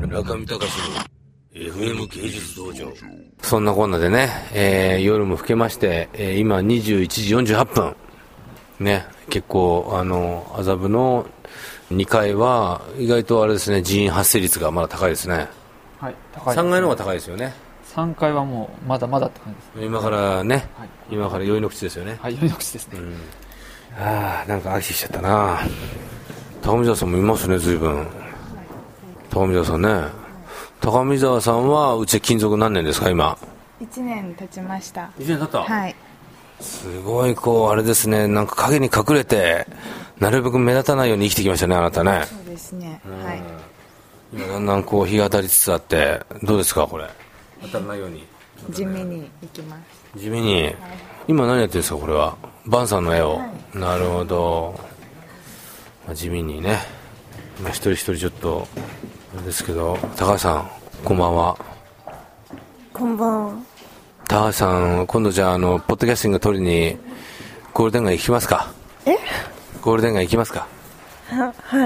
中見隆の FM 芸術道場。そんなこんなでね、夜も更けまして、今21時48分ね、結構麻布の2階は意外とあれですね、人員発生率がまだ高いですね。 はい、高いですね。 3階の方が高いですよね。 3階はもうまだまだって感じですね。 今からね、 はい、 今から宵の口ですよね。 はい、宵の口ですね。 なんか飽きてきちゃったな。高見沢さんもいますね、随分。高見沢さんね。高見沢さんはうち勤続何年ですか、今。 1年経ちました。 1年経った。 はい。 すごいあれですね、なんか影に隠れてなるべく目立たないように生きてきましたね、あなたね。 そうですね。はい。 今だんだん日が当たりつつあって、どうですかこれ。当たらないように。 地味に行きます。 地味に、はい、今何やってるんですかこれは。バンさんの絵を、はい、なるほど。地味にね、一人一人ちょっとあれですけど、高橋さんこんばんは。 こんばんは。 高橋さん、今度じゃあポッドキャスティング撮りにゴールデン街行きますか。ゴールデン街行きますか。 はい。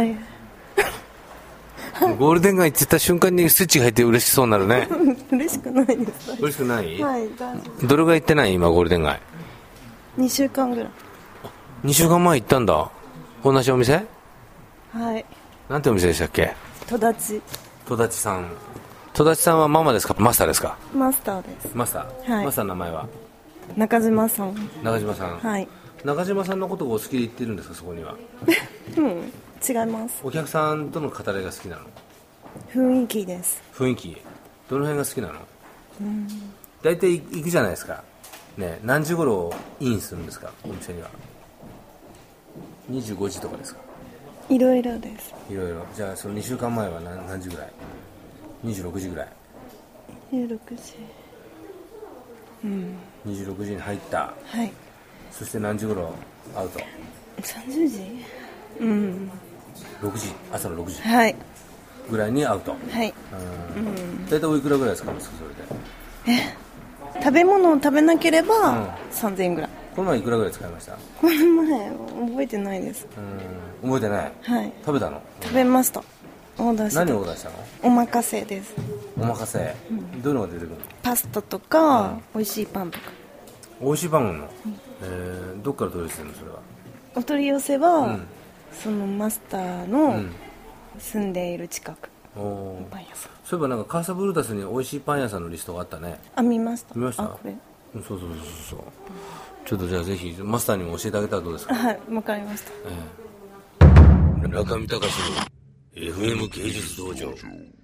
ゴールデン街って言った瞬間にスイッチが入って嬉しそうになるね。 嬉しくないです。 嬉しくない。 はい、 どれぐらい行ってない今ゴールデン街。 2週間ぐらい。 2週間前行ったんだ。同じお店。 はい。 なんてお店でしたっけ。 戸立さん。戸立さんはママですかマスターですか。 マスターです。 マスター、はい、マスターの名前は中島さん。 中島さん、 はい。 中島さんのことをお好きで言ってるんですかそこには。 違います。 お客さんとの語りが好きなの。 雰囲気です。 雰囲気。どの辺が好きなの。大体行くじゃないですかね。何時頃インするんですかお店には。25時とかですか。 いろいろです。 いろいろ。じゃあその2週間前は 何時ぐらい。26時ぐらい。 26時。 26時に入った。 はい。 そして何時頃アウト。 30時。 6時、朝の6時。 はい。 ぐらいにアウト。 はい。 大体おいくらぐらいですかそれで。 食べ物を食べなければ3000円ぐらい。 この前いくらぐらい使いました。 この前覚えてないです。 覚えてない。 はい。 食べたの。 食べました。オーダーした。 何をオーダーしたの。 おまかせです。 おまかせ、どういうのが出てくるの。 パスタとか、美味しいパンとか。 美味しいパンなの。どっから取り寄せるのそれは。 お取り寄せは、そのマスターの住んでいる近くのパン屋さん。 そういえばなんかカーサブルータスに美味しいパン屋さんのリストがあったね。 見ました。 見ました。 これ。 そう、ちょっとじゃあぜひマスターにも教えてあげたらどうですか。 はい、わかりました。 中見隆の FM 芸術道場。